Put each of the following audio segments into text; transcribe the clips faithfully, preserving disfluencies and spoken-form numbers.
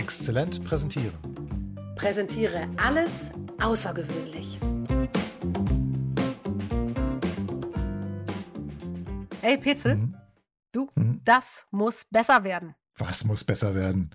Exzellent präsentieren. Präsentiere alles außergewöhnlich. Hey Petzel, Mhm. du, Mhm. das muss besser werden. Was muss besser werden?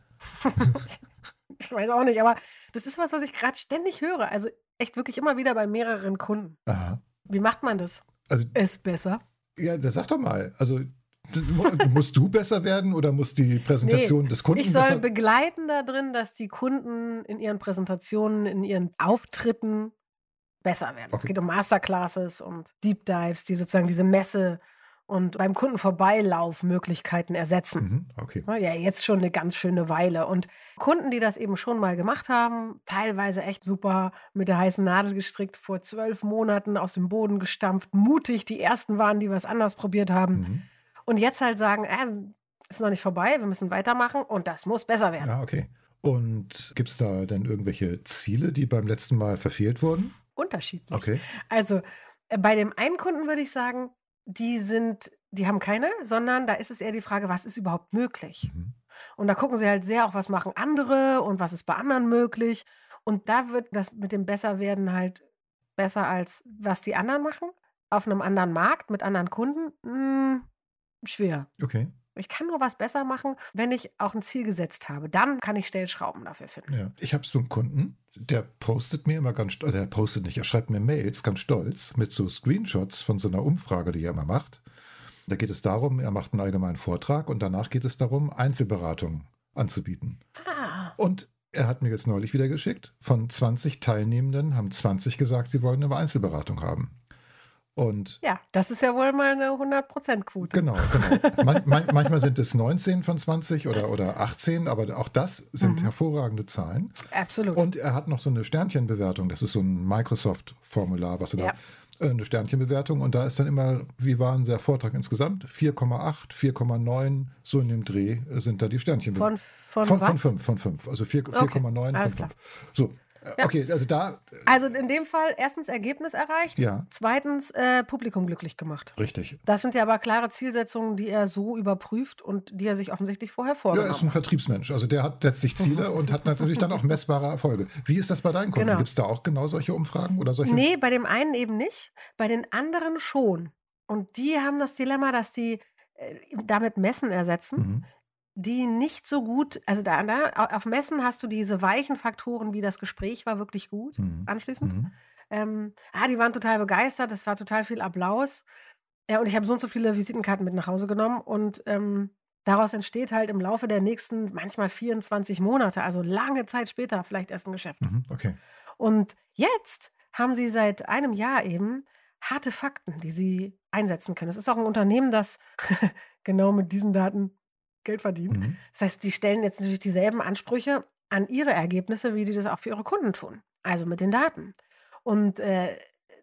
Ich weiß auch nicht, aber das ist was, was ich gerade ständig höre. Also echt wirklich immer wieder bei mehreren Kunden. Aha. Wie macht man das? Also, Es besser? ja, das sag doch mal. Also, d- mu- musst du besser werden oder muss die Präsentation des Kunden Ich soll besser? begleiten da drin, dass die Kunden in ihren Präsentationen, in ihren Auftritten besser werden. Es Okay. geht um Masterclasses und Deep Dives, die sozusagen diese Messe und beim Kunden Vorbeilaufmöglichkeiten ersetzen. Mhm. Okay. Ja, jetzt schon eine ganz schöne Weile. Und Kunden, die das eben schon mal gemacht haben, teilweise echt super mit der heißen Nadel gestrickt, vor zwölf Monaten aus dem Boden gestampft, mutig, die ersten waren, die was anders probiert haben. Mhm. Und jetzt halt sagen, äh, ist noch nicht vorbei, wir müssen weitermachen und das muss besser werden. Ja, okay. Und gibt es da denn irgendwelche Ziele, die beim letzten Mal verfehlt wurden? Unterschiedlich. Okay. Also äh, bei dem einen Kunden würde ich sagen, die sind, die haben keine, sondern da ist es eher die Frage, was ist überhaupt möglich? Mhm. Und da gucken sie halt sehr auch, was machen andere und was ist bei anderen möglich. Und da wird das mit dem Besserwerden halt besser als was die anderen machen. Auf einem anderen Markt mit anderen Kunden, mh, schwer. Okay. Ich kann nur was besser machen, wenn ich auch ein Ziel gesetzt habe. Dann kann ich Stellschrauben dafür finden. Ja. Ich habe so einen Kunden, der postet mir immer ganz stolz, der postet nicht, er schreibt mir Mails ganz stolz mit so Screenshots von so einer Umfrage, die er immer macht. Da geht es darum, er macht einen allgemeinen Vortrag und danach geht es darum, Einzelberatung anzubieten. Ah, Und er hat mir jetzt neulich wieder geschickt, von zwanzig Teilnehmenden haben zwanzig gesagt, sie wollen eine Einzelberatung haben. Und ja, das ist ja wohl mal eine hundert-Prozent-Quote. genau, genau. Man, man, manchmal sind es neunzehn von zwanzig oder, oder achtzehn, aber auch das sind Mhm. hervorragende Zahlen. Absolut. Und er hat noch so eine Sternchenbewertung. Das ist so ein Microsoft-Formular, was er Ja. da, äh, eine Sternchenbewertung. Und da ist dann immer, wie war denn der Vortrag insgesamt? vier Komma acht, vier Komma neun, so in dem Dreh äh, sind da die Sternchenbewertungen. Von, von, Von, was? von fünf, von fünf. Also vier Okay, Komma neun alles von klar. fünf. So, äh, Ja. okay, also da, äh, Also in dem Fall erstens Ergebnis erreicht, ja, zweitens äh, Publikum glücklich gemacht. richtig. Das sind ja aber klare Zielsetzungen, die er so überprüft und die er sich offensichtlich vorher Ja, er vorgenommen ist ein hat. Vertriebsmensch. Also der hat, setzt sich Ziele und hat natürlich dann auch messbare Erfolge. Wie ist das bei deinen Kunden? Genau. Gibt es da auch genau solche Umfragen oder solche? Nee, bei dem einen eben nicht, bei den anderen schon. Und die haben das Dilemma, dass die äh, damit Messen ersetzen, Mhm. die nicht so gut, also da, da auf Messen hast du diese weichen Faktoren, wie das Gespräch war wirklich gut Mhm. anschließend. Mhm. Ähm, ah, die waren total begeistert, es war total viel Applaus. Ja, und ich habe so und so viele Visitenkarten mit nach Hause genommen und ähm, daraus entsteht halt im Laufe der nächsten, manchmal vierundzwanzig Monate, also lange Zeit später, vielleicht erst ein Geschäft. Mhm. Okay. Und jetzt haben sie seit einem Jahr eben harte Fakten, die sie einsetzen können. Es ist auch ein Unternehmen, das genau mit diesen Daten Geld verdient. Mhm. Das heißt, die stellen jetzt natürlich dieselben Ansprüche an ihre Ergebnisse, wie die das auch für ihre Kunden tun. Also mit den Daten. Und äh,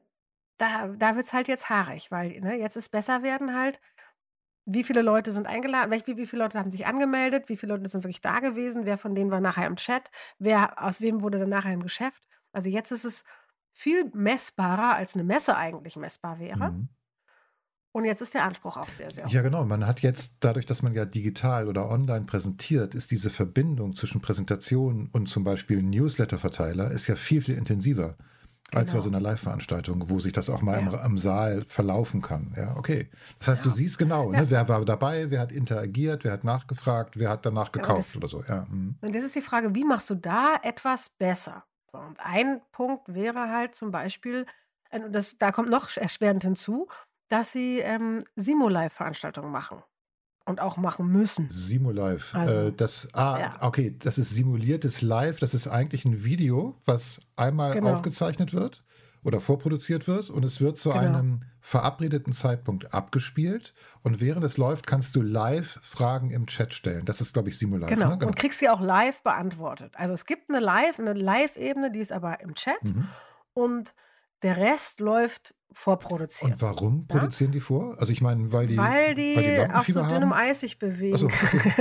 da, da wird es halt jetzt haarig, weil ne, jetzt ist besser werden halt, wie viele Leute sind eingeladen, welch- wie, wie viele Leute haben sich angemeldet, wie viele Leute sind wirklich da gewesen, wer von denen war nachher im Chat, wer, aus wem wurde dann nachher ein Geschäft. Also jetzt ist es viel messbarer, als eine Messe eigentlich messbar wäre. Mhm. Und jetzt ist der Anspruch auch sehr, sehr hoch. Ja, genau. Man hat jetzt, dadurch, dass man ja digital oder online präsentiert, ist diese Verbindung zwischen Präsentation und zum Beispiel Newsletter-Verteiler ist ja viel, viel intensiver als bei Genau. so einer Live-Veranstaltung, wo sich das auch mal im, Ja. im Saal verlaufen kann. Ja, okay. Das heißt, du Ja. siehst genau, Ja. ne, wer war dabei, wer hat interagiert, wer hat nachgefragt, wer hat danach Genau, gekauft das- oder so. Ja, mhm. Und das ist die Frage, wie machst du da etwas besser? So, und ein Punkt wäre halt zum Beispiel, äh, und das, da kommt noch erschwerend hinzu, dass sie ähm, Simulive-Veranstaltungen machen und auch machen müssen. Simulive. Also, äh, das, ah, ja. okay, das ist simuliertes Live. Das ist eigentlich ein Video, was einmal Genau. aufgezeichnet wird oder vorproduziert wird und es wird zu Genau. einem verabredeten Zeitpunkt abgespielt und während es läuft, kannst du live Fragen im Chat stellen. Das ist, glaube ich, Simulive. Genau. Ne? Und kriegst sie auch live beantwortet. Also es gibt eine Live, eine Live-Ebene, die ist aber im Chat Mhm. und der Rest läuft vorproduziert. Und warum Ja? produzieren die vor? Also ich meine, weil die, Weil die, weil die auf so Lampenfieber dünnem haben? Eis sich bewegen. Achso,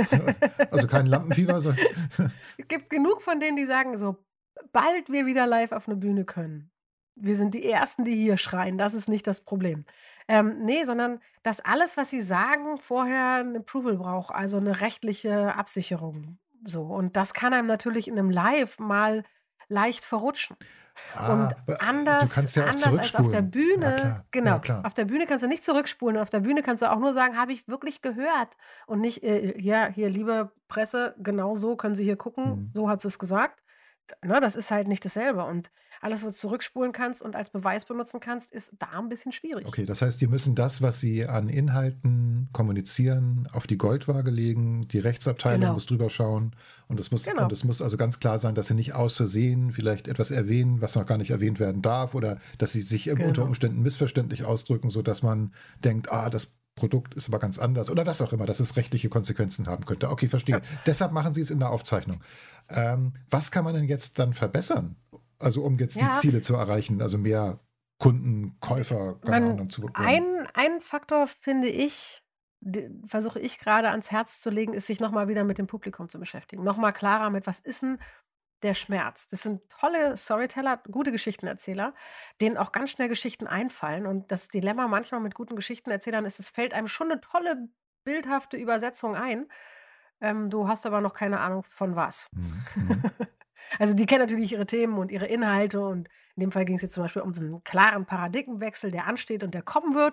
also kein Lampenfieber, sondern Es gibt genug von denen, die sagen, so bald wir wieder live auf eine Bühne können. Wir sind die Ersten, die hier schreien. Das ist nicht das Problem. Ähm, nee, sondern dass alles, was sie sagen, vorher ein Approval braucht, also eine rechtliche Absicherung. So, und das kann einem natürlich in einem Live mal leicht verrutschen. Und Ah, äh, du anders kannst ja auch anders als auf der zurückspulen. Ja, Bühne klar. Ja, genau, klar. auf der Bühne kannst du nicht zurückspulen und auf der Bühne kannst du auch nur sagen: „Habe ich wirklich gehört?“ Und nicht, äh: „Ja, hier, liebe Presse, genau so können Sie hier gucken, Hm. so hat sie's gesagt.“ D ne, das ist halt nicht dasselbe. Und alles, was du zurückspulen kannst und als Beweis benutzen kannst, ist da ein bisschen schwierig. Okay, das heißt, die müssen das, was sie an Inhalten kommunizieren, auf die Goldwaage legen. Die Rechtsabteilung Genau, muss drüber schauen. Und es muss, und genau, es muss also ganz klar sein, dass sie nicht aus Versehen vielleicht etwas erwähnen, was noch gar nicht erwähnt werden darf, oder dass sie sich unter genau. Umständen missverständlich ausdrücken, sodass man denkt, ah, das Produkt ist aber ganz anders oder was auch immer, dass es rechtliche Konsequenzen haben könnte. Okay, verstehe. Ja. Deshalb machen sie es in der Aufzeichnung. Ähm, was kann man denn jetzt dann verbessern? Also um jetzt die Ja, Ziele zu erreichen, also mehr Kunden, Käufer, keine man Ahnung, zu bekommen. ein ein Faktor, finde ich, d versuche ich gerade ans Herz zu legen, ist, sich noch mal wieder mit dem Publikum zu beschäftigen. Noch mal klarer mit: Was ist 'n der Schmerz? Das sind tolle Storyteller, gute Geschichtenerzähler, denen auch ganz schnell Geschichten einfallen. Und das Dilemma manchmal mit guten Geschichtenerzählern ist, es fällt einem schon 'ne tolle bildhafte Übersetzung ein, ähm, du hast aber noch keine Ahnung von was. Mhm, mhm. Also, die kennen natürlich ihre Themen und ihre Inhalte und in dem Fall ging's jetzt zum Beispiel um so 'n klaren Paradigmenwechsel, der ansteht und der kommen wird.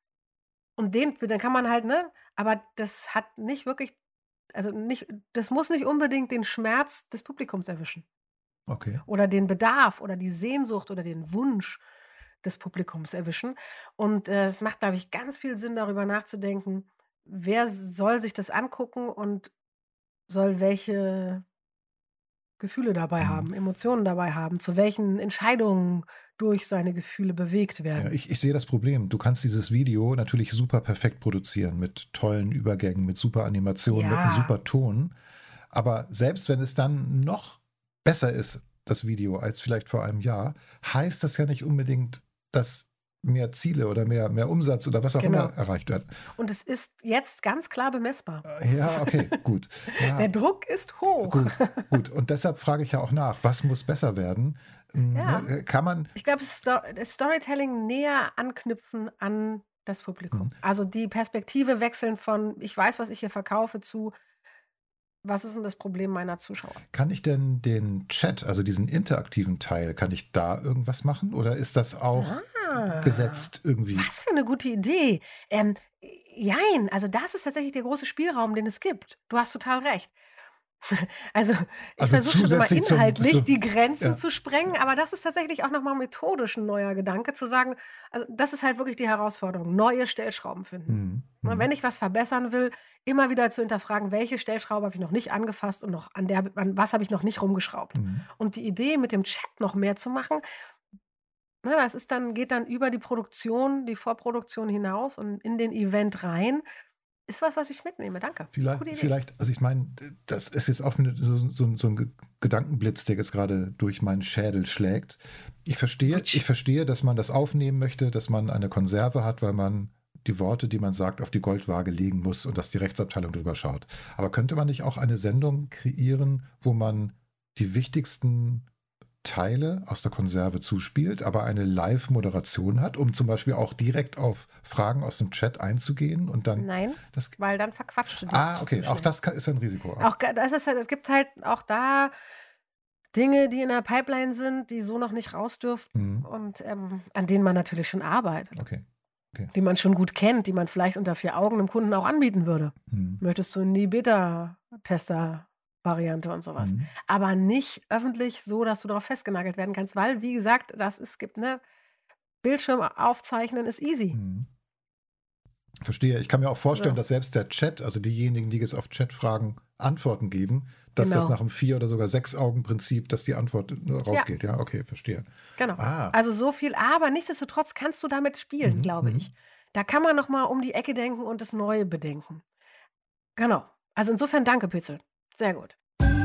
Und den dann kann man halt, ne, aber das hat nicht wirklich, also, nicht, das muss nicht unbedingt den Schmerz des Publikums erwischen Okay. oder den Bedarf oder die Sehnsucht oder den Wunsch des Publikums erwischen. Und, äh, es macht, glaube ich, ganz viel Sinn, darüber nachzudenken, wer soll sich das angucken und soll welche Gefühle dabei Mhm. haben, Emotionen dabei haben, zu welchen Entscheidungen durch seine Gefühle bewegt Ja, werden. ich, ich sehe das Problem. Du kannst dieses Video natürlich super perfekt produzieren mit tollen Übergängen, mit super Animationen, mit einem Ja, super Ton. Aber selbst wenn es dann noch besser ist, das Video, als vielleicht vor einem Jahr, heißt das ja nicht unbedingt, dass mehr Ziele oder mehr, mehr Umsatz oder was auch immer genau. erreicht wird. Und es ist jetzt ganz klar bemessbar. Äh, Ja, okay, gut. Der Ja, Druck ist hoch. gut, gut. Und deshalb frage ich ja auch nach, was muss besser werden? Hm, Ja, ne, Kann man, ich glaube, Sto das Storytelling näher anknüpfen an das hm, Publikum. Also, die Perspektive wechseln von: „Ich weiß, was ich hier verkaufe“, zu: „Was ist 'n das Problem meiner Zuschauer?“ kann ich denn den Chat, also diesen interaktiven Teil, kann ich da irgendwas machen? Oder ist das auch Ah, gesetzt irgendwie? was für 'ne gute Idee. Ähm, jein, also, das ist tatsächlich der große Spielraum, den es gibt. Du hast total recht. Also, ich Also versuche schon immer zusätzlich zum, inhaltlich so, die Grenzen ja. zu sprengen, aber das ist tatsächlich auch noch mal methodisch 'n neuer Gedanke, zu sagen, also, das ist halt wirklich die Herausforderung, neue Stellschrauben finden. Hm, Ne, hm, wenn ich was verbessern will, immer wieder zu hinterfragen: „Welche Stellschraube habe ich noch nicht angefasst und noch an der an was habe ich noch nicht rumgeschraubt?“ hm. Und die Idee, mit dem Chat noch mehr zu machen, ne, das ist dann, geht dann über die Produktion, die Vorproduktion hinaus und in den Event rein. Ist was, was ich mitnehme. Danke. Vielleicht, Gute Idee. vielleicht, also ich meine, das ist jetzt auch eine, so, so, so ein Ge- Gedankenblitz, der jetzt gerade durch meinen Schädel schlägt. Ich verstehe, ich Wutsch. verstehe, dass man das aufnehmen möchte, dass man eine Konserve hat, weil man die Worte, die man sagt, auf die Goldwaage legen muss und dass die Rechtsabteilung drüber schaut. Aber könnte man nicht auch eine Sendung kreieren, wo man die wichtigsten Teile aus der Konserve zuspielt, aber eine Live-Moderation hat, um zum Beispiel auch direkt auf Fragen aus dem Chat einzugehen und dann Nein, das. weil dann verquatschst du Ah, dich zu okay, auch schnell. das kann, ist ein Risiko. Auch ga das ist halt, es gibt halt auch da Dinge, die in der Pipeline sind, die so noch nicht raus dürften Mhm. und, ähm, an denen man natürlich schon arbeitet, Okay, okay. die man schon gut kennt, die man vielleicht unter vier Augen 'nem Kunden auch anbieten würde. Mhm. Möchtest du in die Beta-Tester-Variante und so was. Mhm. Aber nicht öffentlich so, dass du darauf festgenagelt werden kannst, weil, wie gesagt, das es gibt, ne, Bildschirm aufzeichnen ist easy. Mhm. Verstehe. Ich kann mir auch vorstellen, Genau, dass selbst der Chat, also diejenigen, die jetzt auf Chatfragen Antworten geben, dass das nach genau. dem Vier- oder sogar Sechs-Augen-Prinzip, dass die Antwort äh, Ja, rausgeht. Ja, okay, verstehe. genau. Ah, Also, so viel, aber nichtsdestotrotz kannst du damit spielen, mhm. glaube ich. Mhm. Da kann man noch mal um die Ecke denken und das Neue bedenken. Genau. Also, insofern danke, Pitzel. Sehr gut.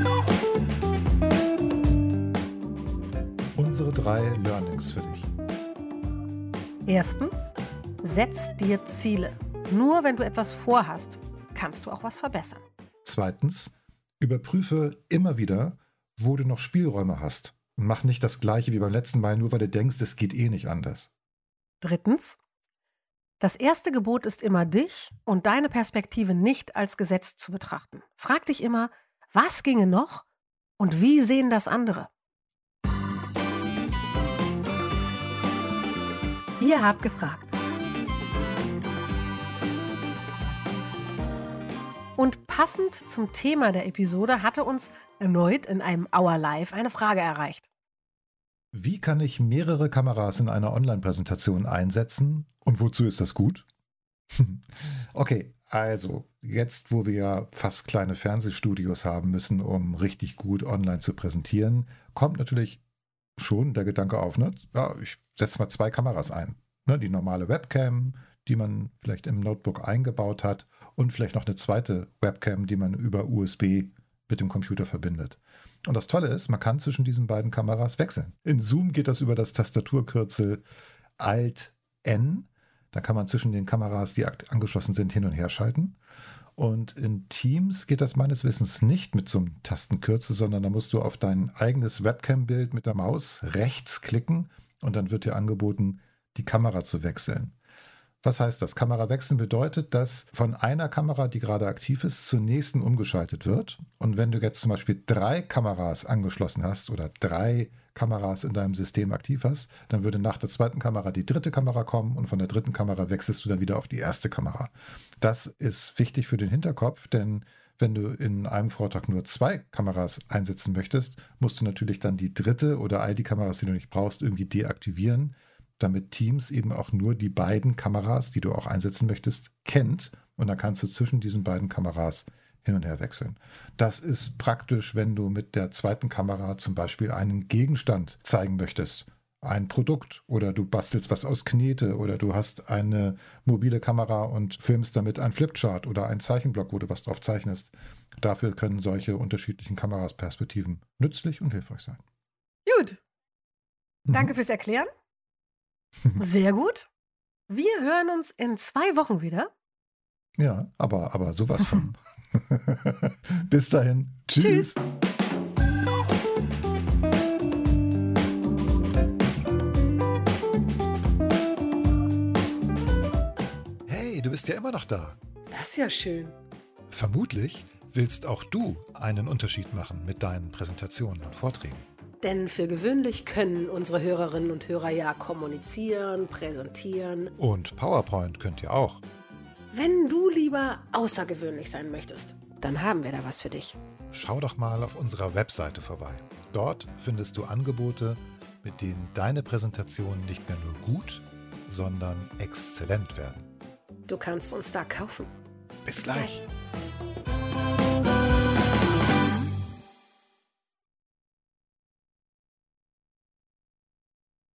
Unsere drei Learnings für dich. Erstens, setz dir Ziele. Nur wenn du etwas vorhast, kannst du auch was verbessern. Zweitens, überprüfe immer wieder, wo du noch Spielräume hast. Und mach nicht das Gleiche wie beim letzten Mal, nur weil du denkst, es geht eh nicht anders. Drittens, das erste Gebot ist immer, dich und deine Perspektive nicht als Gesetz zu betrachten. Frag dich immer, Was ginge noch und wie sehen das andere? Ihr habt gefragt. Und passend zum Thema der Episode hatte uns erneut in einem Hour Live eine Frage erreicht. Wie kann ich mehrere Kameras in einer Online-Präsentation einsetzen und wozu ist das gut? Okay, also jetzt, wo wir ja fast kleine Fernsehstudios haben müssen, um richtig gut online zu präsentieren, kommt natürlich schon der Gedanke auf, ne? Ja, ich setze mal zwei Kameras ein. Ne? Die normale Webcam, die man vielleicht im Notebook eingebaut hat und vielleicht noch eine zweite Webcam, die man über U S B mit dem Computer verbindet. Und das Tolle ist, man kann zwischen diesen beiden Kameras wechseln. In Zoom geht das über das Tastaturkürzel Alt-N. Da kann man zwischen den Kameras, die angeschlossen sind, hin und her schalten. Und in Teams geht das meines Wissens nicht mit so einem Tastenkürzel, sondern da musst du auf dein eigenes Webcam-Bild mit der Maus rechts klicken und dann wird dir angeboten, die Kamera zu wechseln. Was heißt das? Kamera wechseln bedeutet, dass von einer Kamera, die gerade aktiv ist, zur nächsten umgeschaltet wird. Und wenn du jetzt zum Beispiel drei Kameras angeschlossen hast oder drei Kameras in deinem System aktiv hast, dann würde nach der zweiten Kamera die dritte Kamera kommen und von der dritten Kamera wechselst du dann wieder auf die erste Kamera. Das ist wichtig für den Hinterkopf, denn wenn du in einem Vortrag nur zwei Kameras einsetzen möchtest, musst du natürlich dann die dritte oder all die Kameras, die du nicht brauchst, irgendwie deaktivieren, damit Teams eben auch nur die beiden Kameras, die du auch einsetzen möchtest, kennt. Und dann kannst du zwischen diesen beiden Kameras hin und her wechseln. Das ist praktisch, wenn du mit der zweiten Kamera zum Beispiel einen Gegenstand zeigen möchtest. Ein Produkt oder du bastelst was aus Knete oder du hast eine mobile Kamera und filmst damit ein Flipchart oder einen Zeichenblock, wo du was drauf zeichnest. Dafür können solche unterschiedlichen Kamerasperspektiven nützlich und hilfreich sein. Gut. Danke fürs Erklären. Sehr gut. Wir hören uns in zwei Wochen wieder. Ja, aber, aber sowas von. Bis dahin. Tschüss. Tschüss. Hey, du bist ja immer noch da. Das ist ja schön. Vermutlich willst auch du einen Unterschied machen mit deinen Präsentationen und Vorträgen. Denn für gewöhnlich können unsere Hörerinnen und Hörer ja kommunizieren, präsentieren. Und PowerPoint könnt ihr auch. Wenn du lieber außergewöhnlich sein möchtest, dann haben wir da was für dich. Schau doch mal auf unserer Webseite vorbei. Dort findest du Angebote, mit denen deine Präsentationen nicht mehr nur gut, sondern exzellent werden. Du kannst uns da kaufen. Bis gleich.